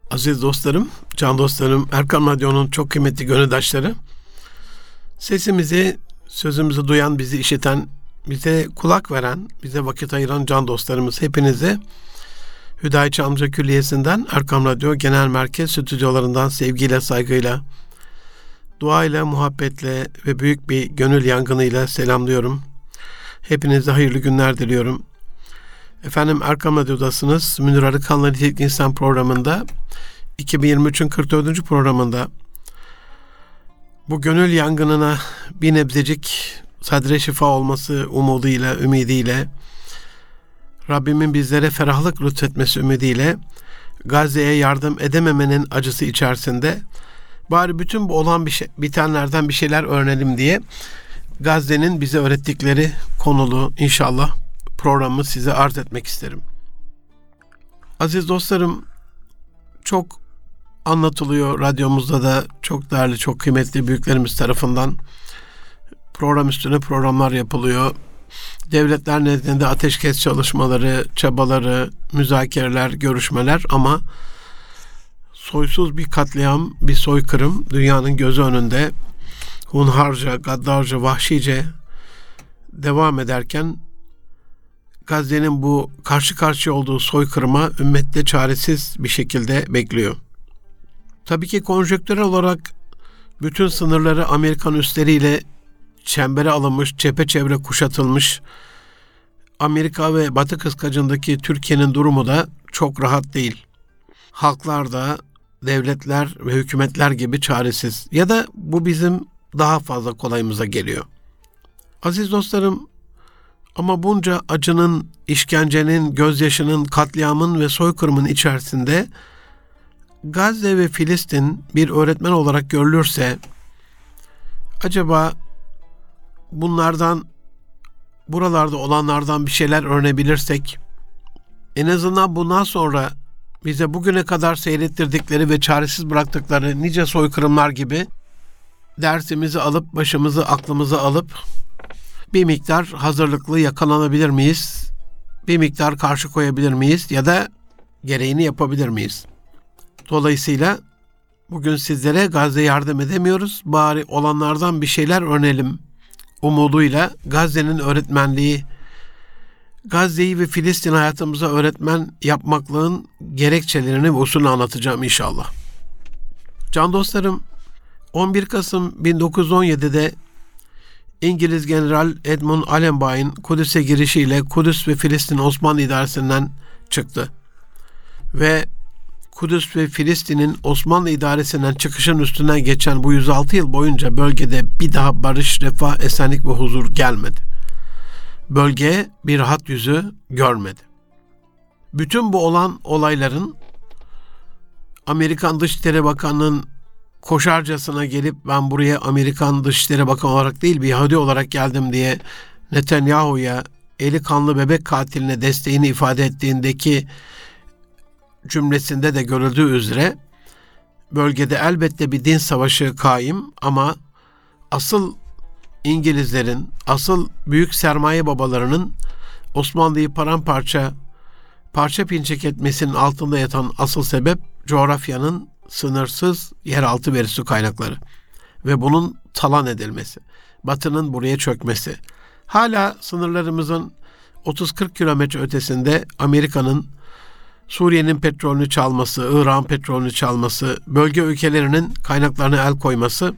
Aziz dostlarım, can dostlarım, Erkam Radyo'nun çok kıymetli gönüldaşları, sesimizi, sözümüzü duyan, bizi işiten, bize kulak veren, bize vakit ayıran can dostlarımız hepinize Hüdayi Amca Külliyesi'nden, Erkam Radyo Genel Merkez stüdyolarından sevgiyle, saygıyla, duayla, muhabbetle ve büyük bir gönül yangınıyla selamlıyorum. Hepinize hayırlı günler diliyorum. Efendim, Erkam Radyo'dasınız. Münir Arıkan'la Nitelikli İnsan programında 2023'ün 44. programında bu gönül yangınına bir nebzecik sadre şifa olması umuduyla, ümidiyle, Rabbimin bizlere ferahlık lütfetmesi ümidiyle, Gazze'ye yardım edememenin acısı içerisinde bari bütün bu olan bitenlerden bir şeyler öğrenelim diye Gazze'nin bize öğrettikleri konulu inşallah programı size arz etmek isterim. Aziz dostlarım, çok anlatılıyor radyomuzda da, çok değerli, çok kıymetli büyüklerimiz tarafından program üstüne programlar yapılıyor. Devletler nezdinde ateşkes çalışmaları, çabaları, müzakereler, görüşmeler ama soysuz bir katliam, bir soykırım dünyanın gözü önünde hunharca, gaddarca, vahşice devam ederken Gazze'nin bu karşı karşıya olduğu soykırıma ümmette çaresiz bir şekilde bekliyor. Tabii ki konjonktürel olarak bütün sınırları Amerikan üsleriyle çembere alınmış, çepeçevre kuşatılmış Amerika ve Batı kıskacındaki Türkiye'nin durumu da çok rahat değil. Halklar da, devletler ve hükümetler gibi çaresiz. Ya da bu bizim daha fazla kolayımıza geliyor. Aziz dostlarım, ama bunca acının, işkencenin, gözyaşının, katliamın ve soykırımın içerisinde Gazze ve Filistin bir öğretmen olarak görülürse, acaba bunlardan, buralarda olanlardan bir şeyler öğrenebilirsek, en azından bundan sonra bize bugüne kadar seyrettirdikleri ve çaresiz bıraktıkları nice soykırımlar gibi dersimizi alıp, başımızı, aklımızı alıp bir miktar hazırlıklı yakalanabilir miyiz? Bir miktar karşı koyabilir miyiz? Ya da gereğini yapabilir miyiz? Dolayısıyla bugün sizlere Gazze'ye yardım edemiyoruz. Bari olanlardan bir şeyler öğrenelim umuduyla Gazze'nin öğretmenliği, Gazze'yi ve Filistin hayatımıza öğretmen yapmaklığın gerekçelerini ve usulünü anlatacağım inşallah. Can dostlarım, 11 Kasım 1917'de İngiliz General Edmund Allenby'in Kudüs'e girişiyle Kudüs ve Filistin Osmanlı idaresinden çıktı. Ve Kudüs ve Filistin'in Osmanlı idaresinden çıkışın üstünden geçen bu 106 yıl boyunca bölgede bir daha barış, refah, esenlik ve huzur gelmedi. Bölgeye bir rahat yüzü görmedi. Bütün bu olan olayların Amerikan Dışişleri Bakanı'nın koşarcasına gelip ben buraya Amerikan Dışişleri Bakanı olarak değil bir Yahudi olarak geldim diye Netanyahu'ya, eli kanlı bebek katiline desteğini ifade ettiğindeki cümlesinde de görüldüğü üzere bölgede elbette bir din savaşı kaim ama asıl İngilizlerin, asıl büyük sermaye babalarının Osmanlı'yı paramparça, parça pinçik etmesinin altında yatan asıl sebep coğrafyanın sınırsız yeraltı ve su kaynakları ve bunun talan edilmesi, Batı'nın buraya çökmesi. Hala sınırlarımızın 30-40 kilometre ötesinde Amerika'nın Suriye'nin petrolünü çalması, İran petrolünü çalması, bölge ülkelerinin kaynaklarına el koyması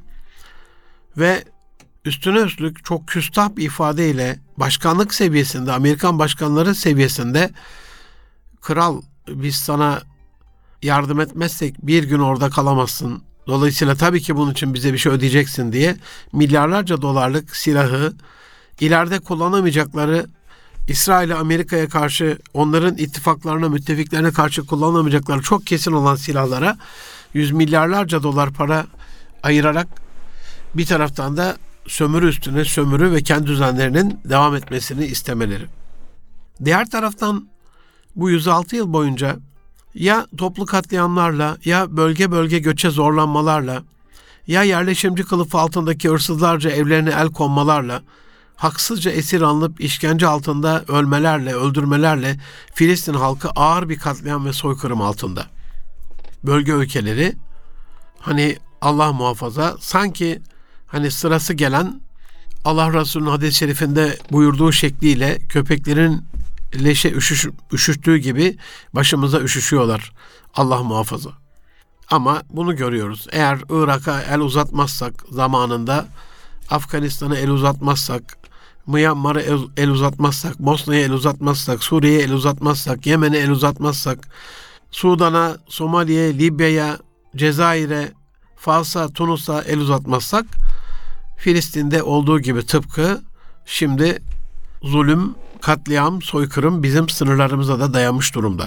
ve üstüne üstlük çok küstah bir ifadeyle başkanlık seviyesinde, Amerikan başkanları seviyesinde kral biz sana yardım etmezsek bir gün orada kalamazsın. Dolayısıyla tabii ki bunun için bize bir şey ödeyeceksin diye milyarlarca dolarlık silahı ileride kullanamayacakları İsrail'e, Amerika'ya karşı, onların ittifaklarına, müttefiklerine karşı kullanamayacakları çok kesin olan silahlara yüz milyarlarca dolar para ayırarak bir taraftan da sömürü üstüne sömürü ve kendi düzenlerinin devam etmesini istemeleri. Diğer taraftan bu 106 yıl boyunca ya toplu katliamlarla, ya bölge bölge göçe zorlanmalarla, ya yerleşimci kılıfı altındaki hırsızlarca evlerine el konmalarla, haksızca esir alınıp işkence altında ölmelerle, öldürmelerle Filistin halkı ağır bir katliam ve soykırım altında. bölge ülkeleri hani Allah muhafaza sanki hani sırası gelen Allah Resulü'nün hadis-i şerifinde buyurduğu şekliyle köpeklerin leşe üşüştüğü gibi başımıza üşüşüyorlar. Allah muhafaza. Ama bunu görüyoruz. Eğer Irak'a el uzatmazsak zamanında, Afganistan'a el uzatmazsak, Myanmar'a el uzatmazsak, Bosna'ya el uzatmazsak, Suriye'ye el uzatmazsak, Yemen'e el uzatmazsak, Sudan'a, Somali'ye, Libya'ya, Cezayir'e, Fas'a, Tunus'a el uzatmazsak, Filistin'de olduğu gibi tıpkı şimdi zulüm, katliam, soykırım bizim sınırlarımıza da dayanmış durumda.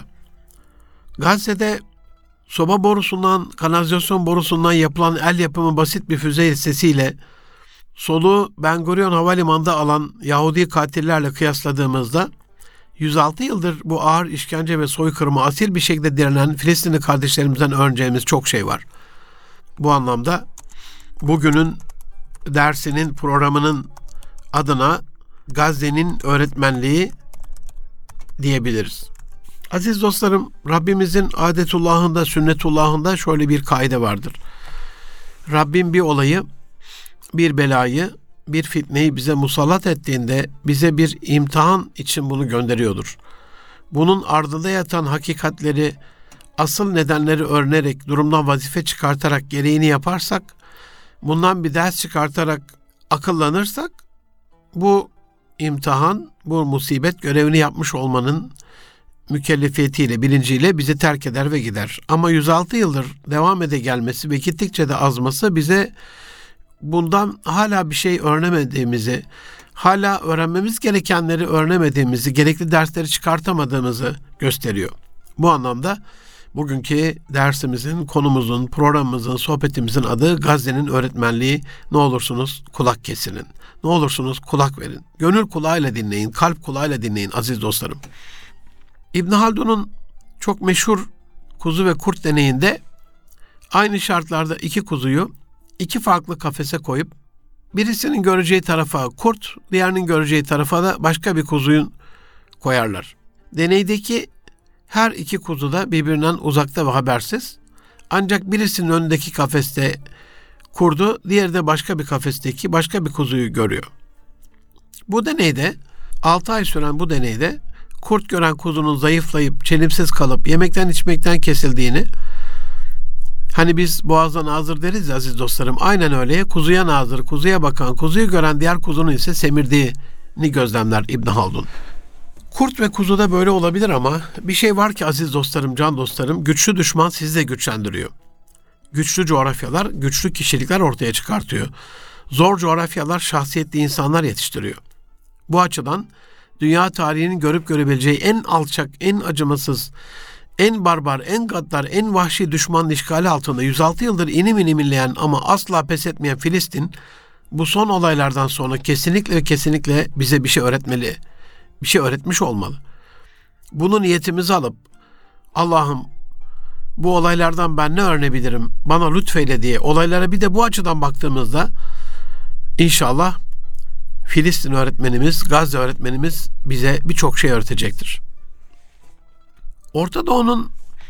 Gazze'de soba borusundan, kanalizasyon borusundan yapılan el yapımı basit bir füze hissesiyle soluğu Ben Gurion Havalimanı'nda alan Yahudi katillerle kıyasladığımızda 106 yıldır bu ağır işkence ve soykırıma asil bir şekilde direnen Filistinli kardeşlerimizden öğreneceğimiz çok şey var. Bu anlamda bugünün dersinin, programının adına Gazze'nin öğretmenliği diyebiliriz. Aziz dostlarım, Rabbimizin adetullahında, sünnetullahında şöyle bir kaide vardır. Rabbim bir olayı, bir belayı, bir fitneyi bize musallat ettiğinde bize bir imtihan için bunu gönderiyordur. Bunun ardında yatan hakikatleri, asıl nedenleri öğrenerek, durumdan vazife çıkartarak gereğini yaparsak, bundan bir ders çıkartarak akıllanırsak, bu imtihan, bu musibet görevini yapmış olmanın mükellefiyetiyle, bilinciyle bizi terk eder ve gider. Ama 106 yıldır devam ede gelmesi ve gittikçe de azması bize bundan hala bir şey öğrenemediğimizi, hala öğrenmemiz gerekenleri öğrenemediğimizi, gerekli dersleri çıkartamadığımızı gösteriyor. Bu anlamda bugünkü dersimizin, konumuzun, programımızın, sohbetimizin adı Gazze'nin öğretmenliği. Ne olursunuz kulak kesinin. Ne olursunuz kulak verin. Gönül kulağıyla dinleyin, kalp kulağıyla dinleyin aziz dostlarım. İbn Haldun'un çok meşhur kuzu ve kurt deneyinde aynı şartlarda iki kuzuyu iki farklı kafese koyup birisinin göreceği tarafa kurt, diğerinin göreceği tarafa da başka bir kuzuyu koyarlar. Deneydeki her iki kuzu da birbirinden uzakta ve habersiz. Ancak birisinin önündeki kafeste kurdu, diğeri de başka bir kafesteki başka bir kuzuyu görüyor. Bu deneyde, 6 ay süren bu deneyde kurt gören kuzunun zayıflayıp, çelimsiz kalıp, yemekten içmekten kesildiğini, hani biz boğazdan nazır deriz ya aziz dostlarım, aynen öyle kuzuya nazır, kuzuya bakan, kuzuyu gören diğer kuzunun ise semirdiğini gözlemler İbn Haldun. Kurt ve kuzu da böyle olabilir ama bir şey var ki aziz dostlarım, can dostlarım, güçlü düşman sizi de güçlendiriyor. Güçlü coğrafyalar, güçlü kişilikler ortaya çıkartıyor. Zor coğrafyalar şahsiyetli insanlar yetiştiriyor. Bu açıdan dünya tarihinin görüp görebileceği en alçak, en acımasız, en barbar, en gaddar, en vahşi düşmanın işgali altında 106 yıldır inim inim inleyen ama asla pes etmeyen Filistin, bu son olaylardan sonra kesinlikle ve kesinlikle bize bir şey öğretmeli. Bir şey öğretmiş olmalı. Bunu niyetimize alıp, Allah'ım bu olaylardan ben ne öğrenebilirim, bana lütfeyle diye olaylara bir de bu açıdan baktığımızda inşallah Filistin öğretmenimiz, Gazze öğretmenimiz bize birçok şey öğretecektir. Orta Doğu'nun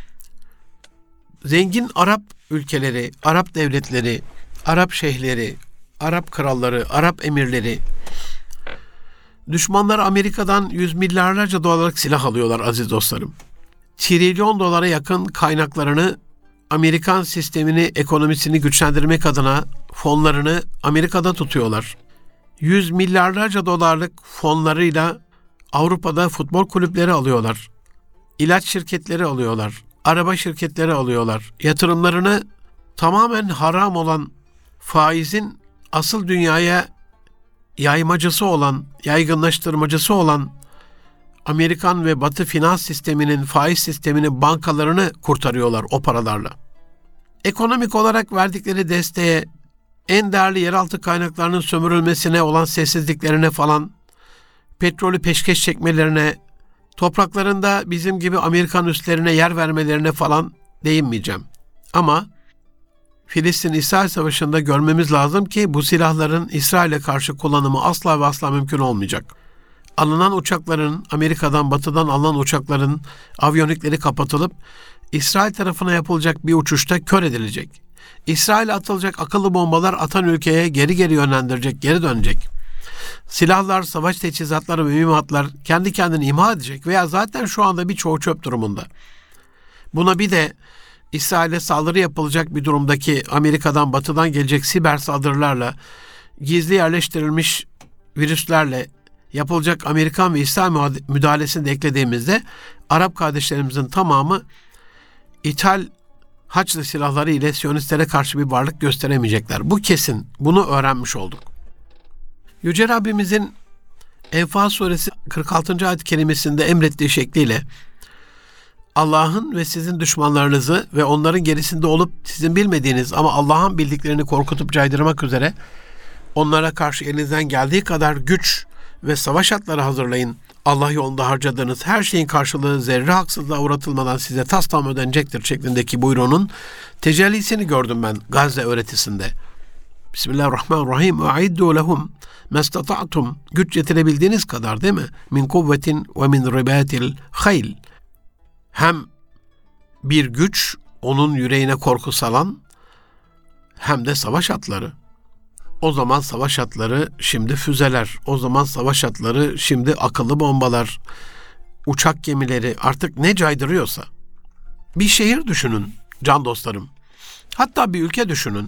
zengin Arap ülkeleri, Arap devletleri, Arap şeyhleri, Arap kralları, Arap emirleri, düşmanlar Amerika'dan yüz milyarlarca dolarlık silah alıyorlar aziz dostlarım. Trilyon dolara yakın kaynaklarını, Amerikan sistemini, ekonomisini güçlendirmek adına fonlarını Amerika'da tutuyorlar. Yüz milyarlarca dolarlık fonlarıyla Avrupa'da futbol kulüpleri alıyorlar. İlaç şirketleri alıyorlar. Araba şirketleri alıyorlar. Yatırımlarını tamamen haram olan faizin asıl dünyaya yaymacısı olan, yaygınlaştırmacısı olan Amerikan ve Batı finans sisteminin, faiz sisteminin bankalarını kurtarıyorlar o paralarla. Ekonomik olarak verdikleri desteğe, en değerli yeraltı kaynaklarının sömürülmesine olan sessizliklerine falan, petrolü peşkeş çekmelerine, topraklarında bizim gibi Amerikan üslerine yer vermelerine falan değinmeyeceğim. Ama Filistin-İsrail Savaşı'nda görmemiz lazım ki bu silahların İsrail'e karşı kullanımı asla ve asla mümkün olmayacak. Alınan uçakların, Amerika'dan, Batı'dan alınan uçakların aviyonikleri kapatılıp İsrail tarafına yapılacak bir uçuşta kör edilecek. İsrail'e atılacak akıllı bombalar atan ülkeye geri yönlendirecek, geri dönecek. Silahlar, savaş teçhizatları ve mühimmatlar kendi kendini imha edecek veya zaten şu anda birçoğu çöp durumunda. Buna bir de İsrail'e saldırı yapılacak bir durumdaki Amerika'dan, Batı'dan gelecek siber saldırılarla, gizli yerleştirilmiş virüslerle yapılacak Amerikan ve İsrail müdahalesini de eklediğimizde Arap kardeşlerimizin tamamı ithal Haçlı silahları ile Siyonistlere karşı bir varlık gösteremeyecekler. Bu kesin. Bunu öğrenmiş olduk. Yüce Rabbimizin Enfal Suresi 46. ayet-i kerimesinde emrettiği şekliyle Allah'ın ve sizin düşmanlarınızı ve onların gerisinde olup sizin bilmediğiniz ama Allah'ın bildiklerini korkutup caydırmak üzere onlara karşı elinizden geldiği kadar güç ve savaş atları hazırlayın. Allah yolunda harcadığınız her şeyin karşılığı zerre haksızlığa uğratılmadan size tas tamam ödenecektir şeklindeki buyruğunun tecellisini gördüm ben Gazze öğretisinde. Bismillahirrahmanirrahim. U'iddu lehum mestata'tum. Güç yetirebildiğiniz kadar, değil mi? Min kuvvetin ve min ribatil hayl. Hem bir güç onun yüreğine korku salan hem de savaş atları. O zaman savaş atları, şimdi füzeler. O zaman savaş atları, şimdi akıllı bombalar, uçak gemileri, artık ne caydırıyorsa. Bir şehir düşünün can dostlarım. Hatta bir ülke düşünün.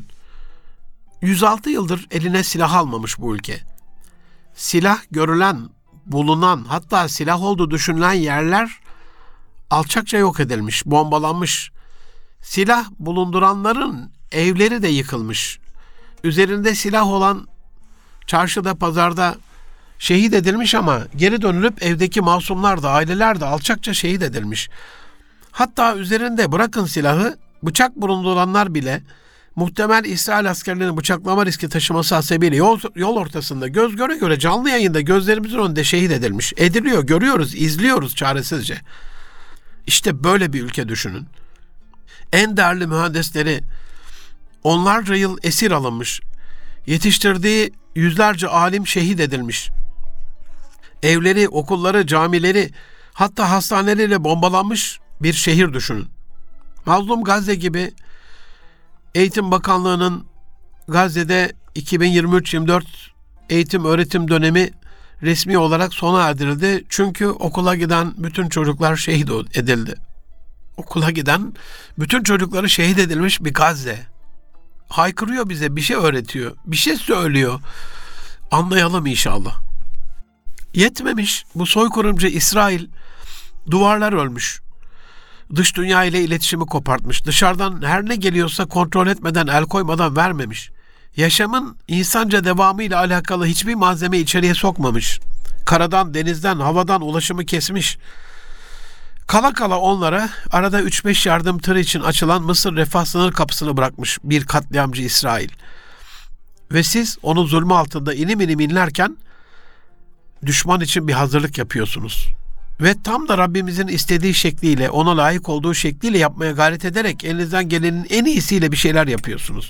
106 yıldır eline silah almamış bu ülke. Silah görülen, bulunan, hatta silah olduğu düşünülen yerler alçakça yok edilmiş, bombalanmış. Silah bulunduranların evleri de yıkılmış. Üzerinde silah olan çarşıda, pazarda şehit edilmiş ama geri dönülüp evdeki masumlar da, aileler de alçakça şehit edilmiş. Hatta üzerinde bırakın silahı, bıçak bulunduranlar bile muhtemel İsrail askerlerinin bıçaklama riski taşıması hasebiyle yol ortasında göz göre göre canlı yayında gözlerimizin önünde şehit edilmiş. Ediliyor, görüyoruz, izliyoruz çaresizce. İşte böyle bir ülke düşünün. En değerli mühendisleri onlarca yıl esir alınmış. Yetiştirdiği yüzlerce alim şehit edilmiş. Evleri, okulları, camileri, hatta hastaneleriyle bombalanmış bir şehir düşünün. Mazlum Gazze gibi Eğitim Bakanlığı'nın Gazze'de 2023-24 eğitim öğretim dönemi resmi olarak sona erdirildi. Çünkü okula giden bütün çocuklar şehit edildi. Okula giden bütün çocukları şehit edilmiş bir Gazze. Haykırıyor bize, bir şey öğretiyor, bir şey söylüyor. Anlayalım inşallah. Yetmemiş, bu soykırımcı İsrail duvarlar ölmüş. Dış dünya ile iletişimi kopartmış. Dışarıdan her ne geliyorsa kontrol etmeden, el koymadan vermemiş. Yaşamın insanca devamıyla alakalı hiçbir malzeme içeriye sokmamış. Karadan, denizden, havadan ulaşımı kesmiş. Kala kala onlara arada 3-5 yardım tırı için açılan Mısır refah sınır kapısını bırakmış bir katliamcı İsrail. Ve siz onun zulmü altında inim inim inlerken düşman için bir hazırlık yapıyorsunuz. Ve tam da Rabbimizin istediği şekliyle, ona layık olduğu şekliyle yapmaya gayret ederek elinizden gelenin en iyisiyle bir şeyler yapıyorsunuz.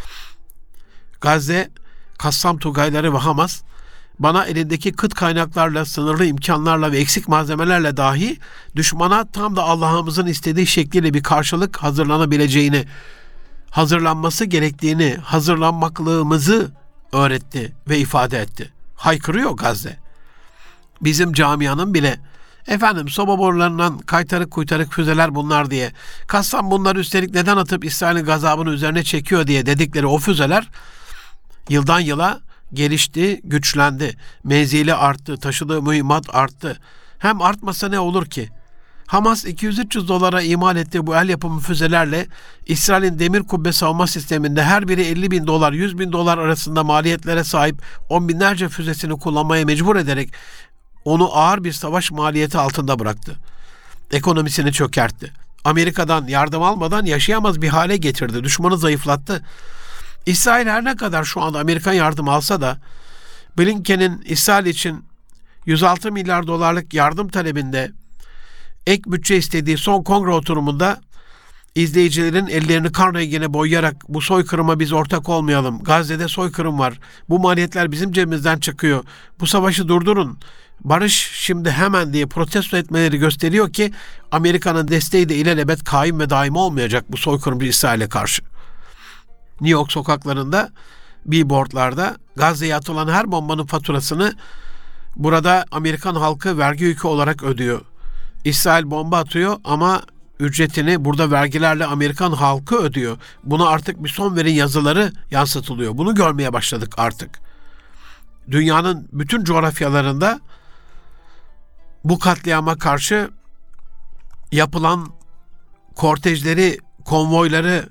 Gazze, Kassam Tugayları ve Hamas bana elindeki kıt kaynaklarla, sınırlı imkanlarla ve eksik malzemelerle dahi düşmana tam da Allah'ımızın istediği şekliyle bir karşılık hazırlanabileceğini, hazırlanması gerektiğini, hazırlanmaklığımızı öğretti ve ifade etti. Haykırıyor Gazze. Bizim camianın bile soba borularından kaytarık kuytarık füzeler bunlar diye, Kassam bunları üstelik neden atıp İsrail'in gazabını üzerine çekiyor diye dedikleri o füzeler yıldan yıla gelişti, güçlendi. Menzili arttı, taşıdığı mühimmat arttı. Hem artmasa ne olur ki? Hamas 200-300 dolara imal ettiği bu el yapımı füzelerle İsrail'in demir kubbe savunma sisteminde her biri 50 bin dolar, 100 bin dolar arasında maliyetlere sahip 10 binlerce füzesini kullanmaya mecbur ederek onu ağır bir savaş maliyeti altında bıraktı. Ekonomisini çökertti. Amerika'dan yardım almadan yaşayamaz bir hale getirdi. Düşmanı zayıflattı. İsrail her ne kadar şu anda Amerikan yardım alsa da Blinken'in İsrail için 106 milyar dolarlık yardım talebinde ek bütçe istediği son kongre oturumunda izleyicilerin ellerini kan rengine boyayarak bu soykırıma biz ortak olmayalım. Gazze'de soykırım var. Bu maliyetler bizim cebimizden çıkıyor. Bu savaşı durdurun. barış şimdi hemen diye protesto etmeleri gösteriyor ki Amerika'nın desteği de ilelebet kaim ve daim olmayacak bu soykırımcı İsrail'e karşı. New York sokaklarında, billboardlarda Gazze'ye atılan her bombanın faturasını burada Amerikan halkı vergi yükü olarak ödüyor. İsrail bomba atıyor ama ücretini burada vergilerle Amerikan halkı ödüyor. Buna artık bir son verin yazıları yansıtılıyor. Bunu görmeye başladık artık. Dünyanın bütün coğrafyalarında bu katliama karşı yapılan kortejleri, konvoyları,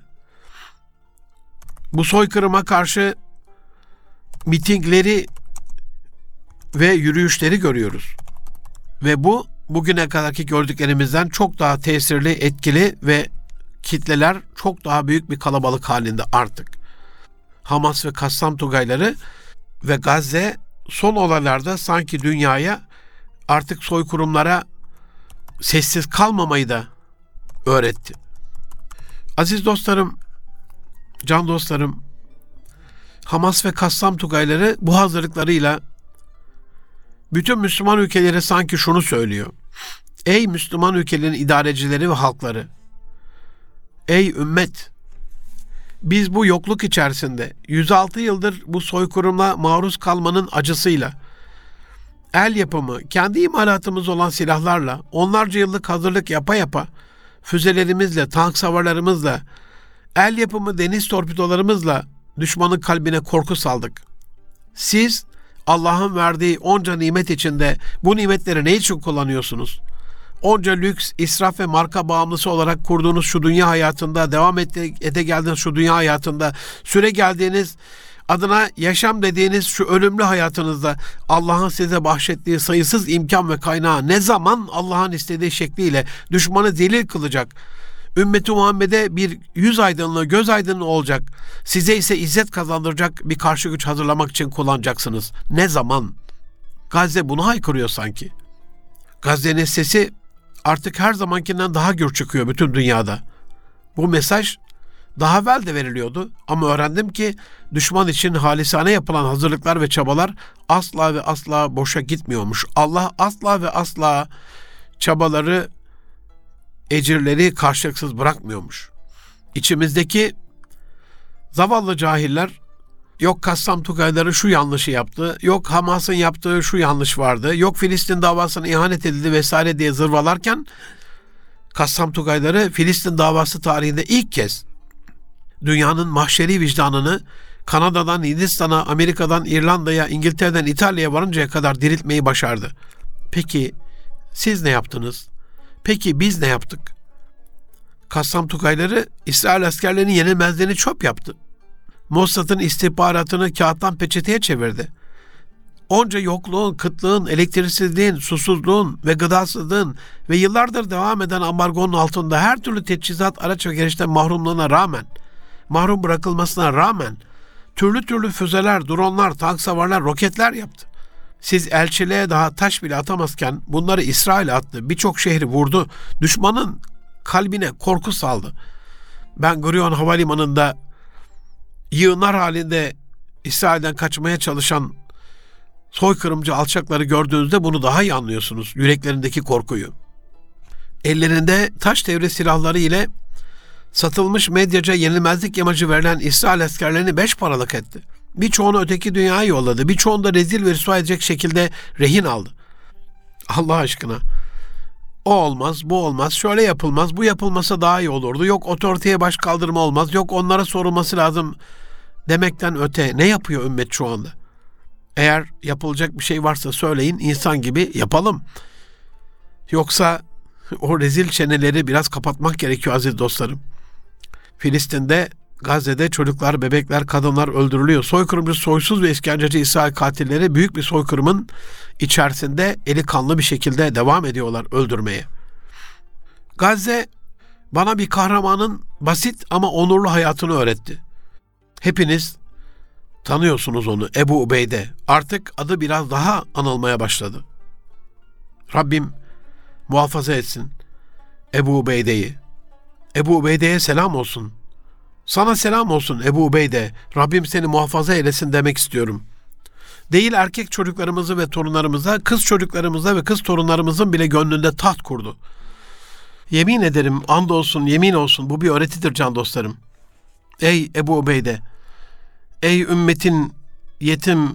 bu soykırıma karşı mitingleri ve yürüyüşleri görüyoruz. Ve bu bugüne kadarki gördüklerimizden çok daha tesirli, etkili ve kitleler çok daha büyük bir kalabalık halinde artık. Hamas ve Kassam Tugayları ve Gazze son olaylarda sanki dünyaya artık soykırımlara sessiz kalmamayı da öğretti. Aziz dostlarım, can dostlarım, Hamas ve Kassam Tugayları bu hazırlıklarıyla bütün Müslüman ülkeleri sanki şunu söylüyor. Ey Müslüman ülkelerin idarecileri ve halkları, ey ümmet, biz bu yokluk içerisinde 106 yıldır bu soykırıma maruz kalmanın acısıyla, el yapımı, kendi imalatımız olan silahlarla, onlarca yıllık hazırlık yapa yapa, füzelerimizle, tank savarlarımızla, el yapımı deniz torpidolarımızla düşmanın kalbine korku saldık. Siz Allah'ın verdiği onca nimet içinde bu nimetleri ne için kullanıyorsunuz? Onca lüks, israf ve marka bağımlısı olarak kurduğunuz şu dünya hayatında, devam ede geldiğiniz şu dünya hayatında, süre geldiğiniz, adına yaşam dediğiniz şu ölümlü hayatınızda Allah'ın size bahşettiği sayısız imkan ve kaynağı ne zaman Allah'ın istediği şekliyle düşmanı zelil kılacak, ümmeti Muhammed'e bir yüz aydınlığı, göz aydınlığı olacak, size ise izzet kazandıracak bir karşı güç hazırlamak için kullanacaksınız. Ne zaman? Gazze bunu haykırıyor sanki. Gazze'nin sesi artık her zamankinden daha gür çıkıyor bütün dünyada. Bu mesaj daha evvel de veriliyordu ama öğrendim ki düşman için halisane yapılan hazırlıklar ve çabalar asla ve asla boşa gitmiyormuş. Allah asla ve asla çabaları, ecirleri karşılıksız bırakmıyormuş. İçimizdeki zavallı cahiller, yok Kassam Tugayları şu yanlışı yaptı, yok Hamas'ın yaptığı şu yanlış vardı, yok Filistin davasına ihanet edildi vesaire diye zırvalarken, Kassam Tugayları Filistin davası tarihinde ilk kez dünyanın mahşeri vicdanını Kanada'dan Hindistan'a, Amerika'dan İrlanda'ya, İngiltere'den İtalya'ya varıncaya kadar diriltmeyi başardı. Peki siz ne yaptınız? Peki biz ne yaptık? Kassam Tugayları İsrail askerlerinin yenilmezliğini çöp yaptı. Mossad'ın istihbaratını kağıttan peçeteye çevirdi. Onca yokluğun, kıtlığın, elektriksizliğin, susuzluğun ve gıdasızlığın ve yıllardır devam eden ambargonun altında her türlü teçhizat, araç ve gereçten mahrumluğuna rağmen, mahrum bırakılmasına rağmen türlü türlü füzeler, dronlar, tank savarlar, roketler yaptı. Siz elçiliğe daha taş bile atamazken bunları İsrail attı. Birçok şehri vurdu. Düşmanın kalbine korku saldı. Ben Gurion Havalimanı'nda yığınlar halinde İsrail'den kaçmaya çalışan soykırımcı alçakları gördüğünüzde bunu daha iyi anlıyorsunuz. Yüreklerindeki korkuyu. Ellerinde taş devre silahları ile satılmış medyaca yenilmezlik yamacı verilen İsrail askerlerini 5 paralık etti. Birçoğunu öteki dünyaya yolladı. Birçoğunu da rezil ve rüsva edecek şekilde rehin aldı. Allah aşkına. O olmaz, bu olmaz, şöyle yapılmaz, bu yapılmasa daha iyi olurdu. Yok otoriteye baş kaldırma olmaz, yok onlara sorulması lazım demekten öte ne yapıyor ümmet şu anda? Eğer yapılacak bir şey varsa söyleyin, insan gibi yapalım. Yoksa o rezil çeneleri biraz kapatmak gerekiyor aziz dostlarım. Filistin'de, Gazze'de çocuklar, bebekler, kadınlar öldürülüyor. Soykırımcı, soysuz ve işkenceci İsrail katilleri büyük bir soykırımın içerisinde eli kanlı bir şekilde devam ediyorlar öldürmeye. Gazze bana bir kahramanın basit ama onurlu hayatını öğretti. Hepiniz tanıyorsunuz onu, Ebu Ubeyde. Artık adı biraz daha anılmaya başladı. Rabbim muhafaza etsin Ebu Ubeyde'yi. Ebu Ubeyde'ye selam olsun. Sana selam olsun Ebu Ubeyde. Rabbim seni muhafaza eylesin demek istiyorum. Değil erkek çocuklarımızı ve torunlarımıza, kız çocuklarımıza ve kız torunlarımızın bile gönlünde taht kurdu. Yemin ederim, andolsun, yemin olsun, bu bir öğretidir can dostlarım. Ey Ebu Ubeyde, ey ümmetin yetim,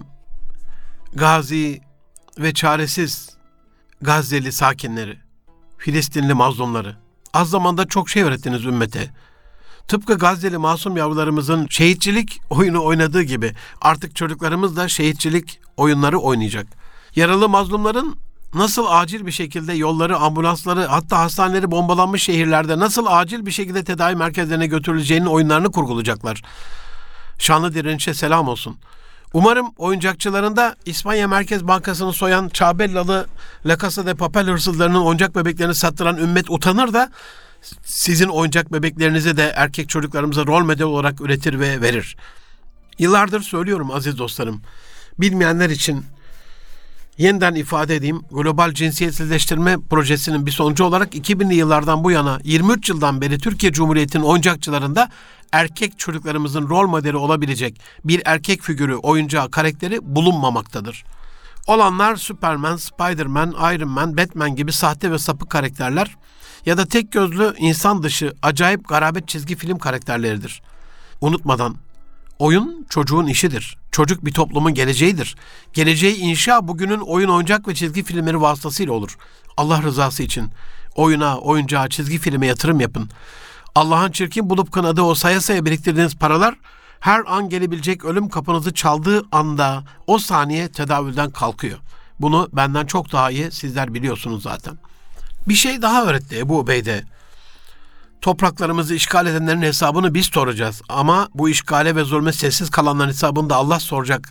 gazi ve çaresiz Gazze'li sakinleri, Filistinli mazlumları, az zamanda çok şey öğrettiniz ümmete. Tıpkı Gazze'li masum yavrularımızın şehitçilik oyunu oynadığı gibi artık çocuklarımız da şehitçilik oyunları oynayacak. Yaralı mazlumların nasıl acil bir şekilde yolları, ambulansları, hatta hastaneleri bombalanmış şehirlerde nasıl acil bir şekilde tedavi merkezlerine götürüleceğinin oyunlarını kurgulayacaklar. Şanlı direnişe selam olsun. Umarım oyuncakçılarında İspanya Merkez Bankası'nı soyan Çabellalı La Casa de Papel hırsızlarının oyuncak bebeklerini sattıran ümmet utanır da sizin oyuncak bebeklerinize de erkek çocuklarımıza rol model olarak üretir ve verir. Yıllardır söylüyorum aziz dostlarım. Bilmeyenler için yeniden ifade edeyim. Global cinsiyetsizleştirme projesinin bir sonucu olarak 2000'li yıllardan bu yana 23 yıldan beri Türkiye Cumhuriyeti'nin oyuncakçılarında erkek çocuklarımızın rol modeli olabilecek bir erkek figürü, oyuncağı, karakteri bulunmamaktadır. Olanlar Superman, Spiderman, Iron Man, Batman gibi sahte ve sapık karakterler ya da tek gözlü insan dışı acayip garabet çizgi film karakterleridir. Unutmadan, oyun çocuğun işidir. Çocuk bir toplumun geleceğidir. Geleceği inşa bugünün oyun, oyuncak ve çizgi filmleri vasıtasıyla olur. Allah rızası için oyuna, oyuncağa, çizgi filme yatırım yapın. Allah'ın çirkin bulup kınadığı o saya saya biriktirdiğiniz paralar her an gelebilecek ölüm kapınızı çaldığı anda o saniye tedavülden kalkıyor. Bunu benden çok daha iyi sizler biliyorsunuz zaten. Bir şey daha öğretti Ebu Ubeyde. Topraklarımızı işgal edenlerin hesabını biz soracağız. Ama bu işgale ve zulme sessiz kalanların hesabını da Allah soracak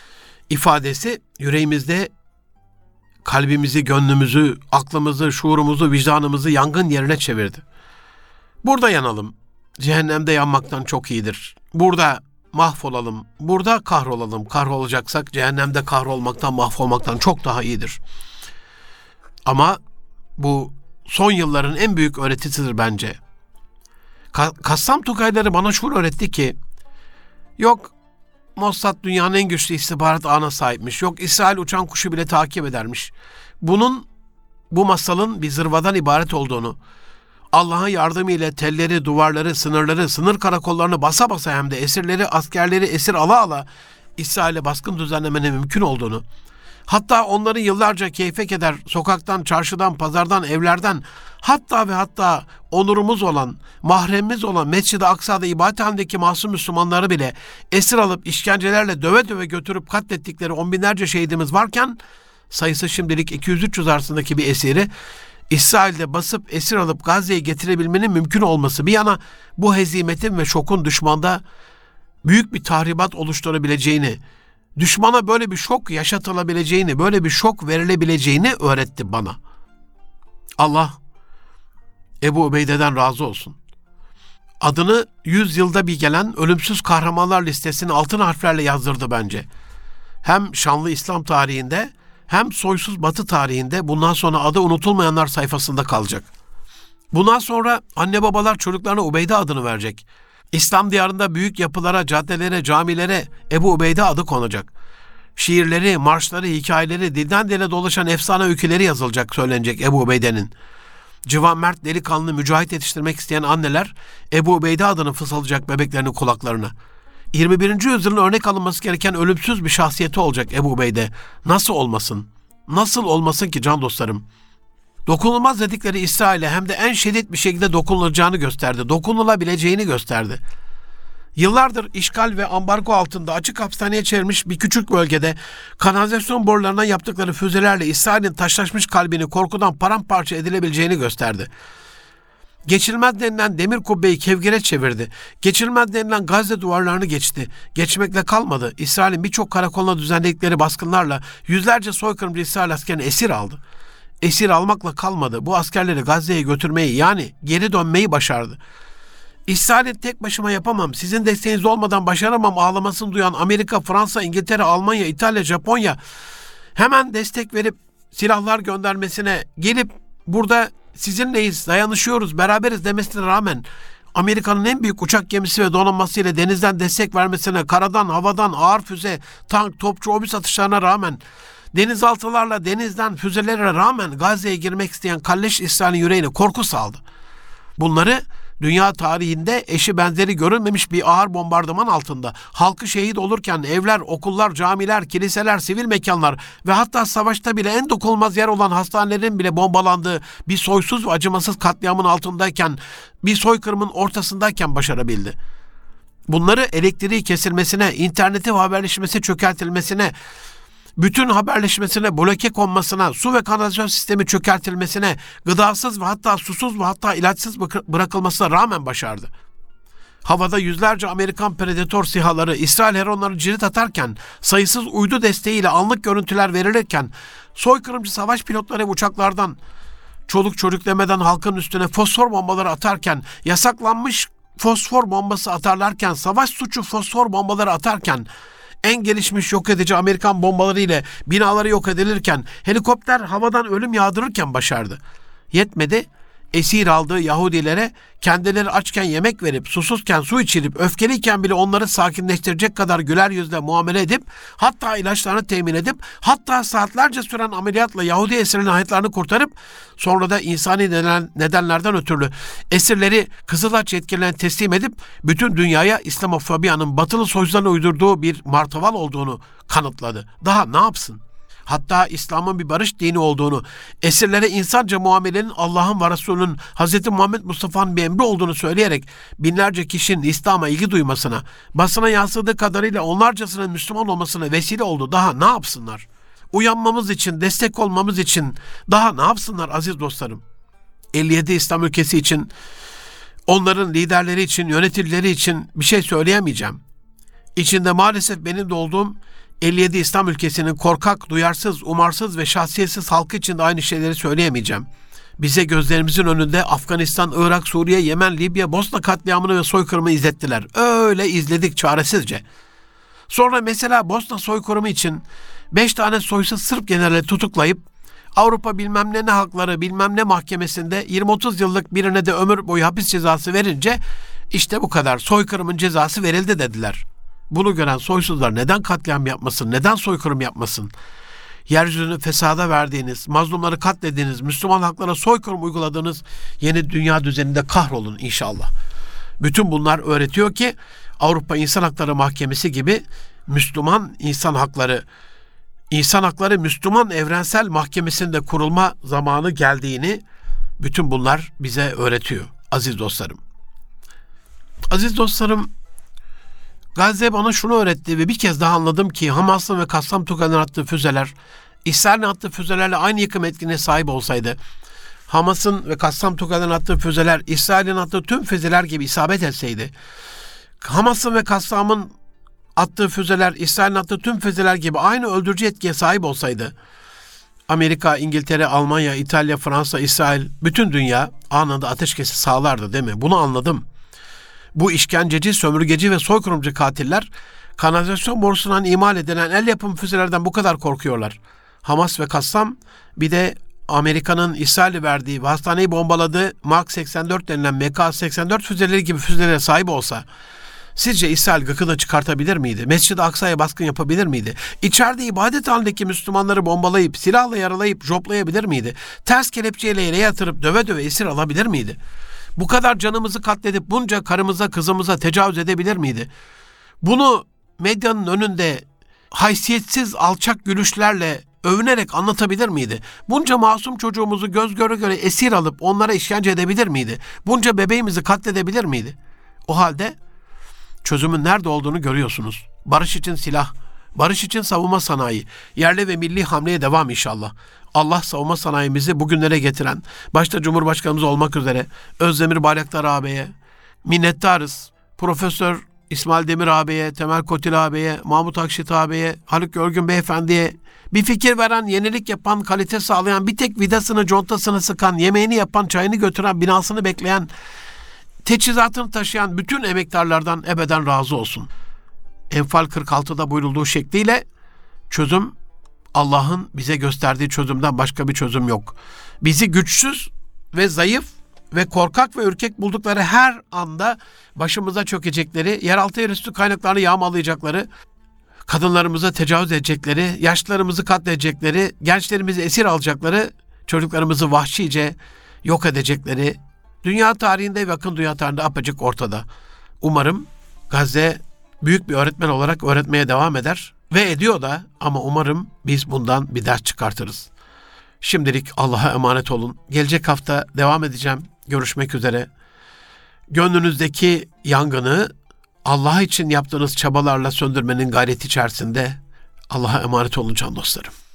ifadesi yüreğimizde kalbimizi, gönlümüzü, aklımızı, şuurumuzu, vicdanımızı yangın yerine çevirdi. Burada yanalım. Cehennemde yanmaktan çok iyidir. Burada mahvolalım. Burada kahrolalım. Kahrolacaksak cehennemde kahrolmaktan, mahvolmaktan çok daha iyidir. Ama bu son yılların en büyük öğretisidir bence. Kassam Tugayları bana şunu öğretti ki, yok Mossad dünyanın en güçlü istihbarat ağına sahipmiş, yok İsrail uçan kuşu bile takip edermiş. Bu masalın bir zırvadan ibaret olduğunu, Allah'ın yardımıyla telleri, duvarları, sınırları, sınır karakollarını basa basa hem de esirleri, askerleri esir ala ala İsrail'e baskın düzenlemenin mümkün olduğunu, hatta onların yıllarca keyfe keder, sokaktan, çarşıdan, pazardan, evlerden, hatta ve hatta onurumuz olan, mahremimiz olan Mescid-i Aksa'da ibadethanedeki masum Müslümanları bile esir alıp işkencelerle döve döve götürüp katlettikleri on binlerce şehidimiz varken, sayısı şimdilik 200-300 arasındaki bir esiri İsrail'de basıp esir alıp Gazze'ye getirebilmenin mümkün olması bir yana, bu hezimetin ve şokun düşmanda büyük bir tahribat oluşturabileceğini, düşmana böyle bir şok yaşatılabileceğini, böyle bir şok verilebileceğini öğretti bana. Allah Ebu Ubeyde'den razı olsun. Adını 100 yılda bir gelen ölümsüz kahramanlar listesini altın harflerle yazdırdı bence. Hem şanlı İslam tarihinde hem soysuz Batı tarihinde bundan sonra adı unutulmayanlar sayfasında kalacak. Bundan sonra anne babalar çocuklarına Ubeyde adını verecek. İslam diyarında büyük yapılara, caddelere, camilere Ebu Ubeyde adı konacak. Şiirleri, marşları, hikayeleri, dilden dile dolaşan efsane öyküleri yazılacak, söylenecek Ebu Ubeyde'nin. Civan mert, delikanlı, mücahit yetiştirmek isteyen anneler Ebu Ubeyde adını fısıldayacak bebeklerinin kulaklarına. 21. yüzyılın örnek alınması gereken ölümsüz bir şahsiyeti olacak Ebu Ubeyde. Nasıl olmasın? Nasıl olmasın ki can dostlarım? Dokunulmaz dedikleri İsrail'e hem de en şiddet bir şekilde dokunulacağını gösterdi. Dokunulabileceğini gösterdi. Yıllardır işgal ve ambargo altında açık hapishaneye çevirmiş bir küçük bölgede kanalizasyon borularından yaptıkları füzelerle İsrail'in taşlaşmış kalbini korkudan paramparça edilebileceğini gösterdi. Geçilmez denilen demir kubbeyi kevgire çevirdi. Geçilmez denilen Gazze duvarlarını geçti. Geçmekle kalmadı. İsrail'in birçok karakoluna düzenledikleri baskınlarla yüzlerce soykırımcı İsrail askerini esir aldı. Esir almakla kalmadı. Bu askerleri Gazze'ye götürmeyi, yani geri dönmeyi başardı. İsrail'in tek başıma yapamam, sizin desteğiniz olmadan başaramam ağlamasını duyan Amerika, Fransa, İngiltere, Almanya, İtalya, Japonya hemen destek verip silahlar göndermesine, gelip burada sizinleyiz, dayanışıyoruz, beraberiz demesine rağmen Amerika'nın en büyük uçak gemisi ve donanmasıyla denizden destek vermesine, karadan, havadan, ağır füze, tank, topçu, obüs atışlarına rağmen, denizaltılarla denizden füzelere rağmen Gazze'ye girmek isteyen kalleş İsrail'in yüreğine korku saldı. Bunları dünya tarihinde eşi benzeri görülmemiş bir ağır bombardıman altında, halkı şehit olurken evler, okullar, camiler, kiliseler, sivil mekanlar ve hatta savaşta bile en dokunulmaz yer olan hastanelerin bile bombalandığı bir soysuz ve acımasız katliamın altındayken, bir soykırımın ortasındayken başarabildi. Bunları elektriği kesilmesine, interneti ve haberleşmesi çökertilmesine, bütün haberleşmesine bloke konmasına, su ve kanalizasyon sistemi çökertilmesine, gıdasız ve hatta susuz ve hatta ilaçsız bırakılmasına rağmen başardı. Havada yüzlerce Amerikan Predator SİHA'ları, İsrail Heronları cirit atarken, sayısız uydu desteğiyle anlık görüntüler verilirken, soykırımcı savaş pilotları uçaklardan çoluk çocuk demeden halkın üstüne fosfor bombaları atarken, yasaklanmış fosfor bombası atarlarken, savaş suçu fosfor bombaları atarken, en gelişmiş yok edici Amerikan bombaları ile binaları yok edilirken, helikopter havadan ölüm yağdırırken başardı. Yetmedi, esir aldığı Yahudilere kendileri açken yemek verip, susuzken su içirip, öfkeliyken bile onları sakinleştirecek kadar güler yüzle muamele edip, hatta ilaçlarını temin edip, hatta saatlerce süren ameliyatla Yahudi esirlerin hayatlarını kurtarıp, sonra da insani nedenlerden ötürü esirleri Kızılaç yetkililerine teslim edip, bütün dünyaya İslamofobiyanın batılı soylularına uydurduğu bir martaval olduğunu kanıtladı. Daha ne yapsın? Hatta İslam'ın bir barış dini olduğunu, esirlere insanca muamelenin Allah'ın ve Resulünün Hz. Muhammed Mustafa'nın bir emri olduğunu söyleyerek binlerce kişinin İslam'a ilgi duymasına, basına yansıdığı kadarıyla onlarcasının Müslüman olmasına vesile oldu. Daha ne yapsınlar? Uyanmamız için, destek olmamız için daha ne yapsınlar aziz dostlarım? 57 İslam ülkesi için, onların liderleri için, yöneticileri için bir şey söyleyemeyeceğim. İçinde maalesef benim de olduğum 57 İslam ülkesinin korkak, duyarsız, umarsız ve şahsiyetsiz halkı için de aynı şeyleri söyleyemeyeceğim. Bize gözlerimizin önünde Afganistan, Irak, Suriye, Yemen, Libya, Bosna katliamını ve soykırımı izlettiler. Öyle izledik çaresizce. Sonra mesela Bosna soykırımı için 5 tane soysuz Sırp generali tutuklayıp Avrupa bilmem ne hakları bilmem ne mahkemesinde 20-30 yıllık birine de ömür boyu hapis cezası verince işte bu kadar soykırımın cezası verildi dediler. Bunu gören soysuzlar neden katliam yapmasın, neden soykırım yapmasın? Yeryüzünü fesada verdiğiniz, mazlumları katlediğiniz, Müslüman haklara soykırım uyguladığınız yeni dünya düzeninde kahrolun inşallah. Bütün bunlar öğretiyor ki Avrupa İnsan Hakları Mahkemesi gibi Müslüman insan hakları Müslüman Evrensel Mahkemesi'nde kurulma zamanı geldiğini bütün bunlar bize öğretiyor aziz dostlarım. Aziz dostlarım, Gazze bana şunu öğretti ve bir kez daha anladım ki Hamas'ın ve Kassam Tugan'ın attığı füzeler, İsrail'in attığı füzelerle aynı yıkım etkinliğine sahip olsaydı, Hamas'ın ve Kassam Tugan'ın attığı füzeler, İsrail'in attığı tüm füzeler gibi isabet etseydi, Hamas'ın ve Kassam'ın attığı füzeler, İsrail'in attığı tüm füzeler gibi aynı öldürücü etkiye sahip olsaydı, Amerika, İngiltere, Almanya, İtalya, Fransa, İsrail, bütün dünya anında ateşkesi sağlardı değil mi? Bunu anladım. Bu işkenceci, sömürgeci ve soykırımcı katiller kanalizasyon borusundan imal edilen el yapımı füzelerden bu kadar korkuyorlar. Hamas ve Kassam bir de Amerika'nın İsrail'e verdiği ve hastaneyi bombaladığı Mark 84 denilen MK-84 füzeleri gibi füzelere sahip olsa sizce İsrail gıkını çıkartabilir miydi? Mescid-i Aksa'ya baskın yapabilir miydi? İçeride ibadet halindeki Müslümanları bombalayıp, silahla yaralayıp, joplayabilir miydi? Ters kelepçeyle yere yatırıp döve döve esir alabilir miydi? Bu kadar canımızı katledip bunca karımıza, kızımıza tecavüz edebilir miydi? Bunu medyanın önünde haysiyetsiz alçak gülüşlerle övünerek anlatabilir miydi? Bunca masum çocuğumuzu göz göre göre esir alıp onlara işkence edebilir miydi? Bunca bebeğimizi katledebilir miydi? O halde çözümün nerede olduğunu görüyorsunuz. Barış için silah, barış için savunma sanayi, yerli ve milli hamleye devam inşallah. Allah savunma sanayimizi bugünlere getiren, başta Cumhurbaşkanımız olmak üzere Özdemir Bayraktar ağabeye minnettarız. Profesör İsmail Demir ağabeye, Temel Kotil ağabeye, Mahmut Akşit ağabeye, Haluk Görgün beyefendiye, bir fikir veren, yenilik yapan, kalite sağlayan, bir tek vidasını, contasını sıkan, yemeğini yapan, çayını götüren, binasını bekleyen, teçhizatını taşıyan bütün emektarlardan ebeden razı olsun. Enfal 46'da buyurulduğu şekliyle çözüm, Allah'ın bize gösterdiği çözümden başka bir çözüm yok. Bizi güçsüz ve zayıf ve korkak ve ürkek buldukları her anda başımıza çökecekleri, yeraltı yerüstü kaynaklarını yağmalayacakları, kadınlarımıza tecavüz edecekleri, yaşlılarımızı katledecekleri, gençlerimizi esir alacakları, çocuklarımızı vahşice yok edecekleri, dünya tarihinde ve yakın dünya tarihinde apaçık ortada. Umarım Gazze büyük bir öğretmen olarak öğretmeye devam eder ve ediyor da, ama umarım biz bundan bir ders çıkartırız. Şimdilik Allah'a emanet olun. Gelecek hafta devam edeceğim. Görüşmek üzere. Gönlünüzdeki yangını Allah için yaptığınız çabalarla söndürmenin gayreti içerisinde Allah'a emanet olun can dostlarım.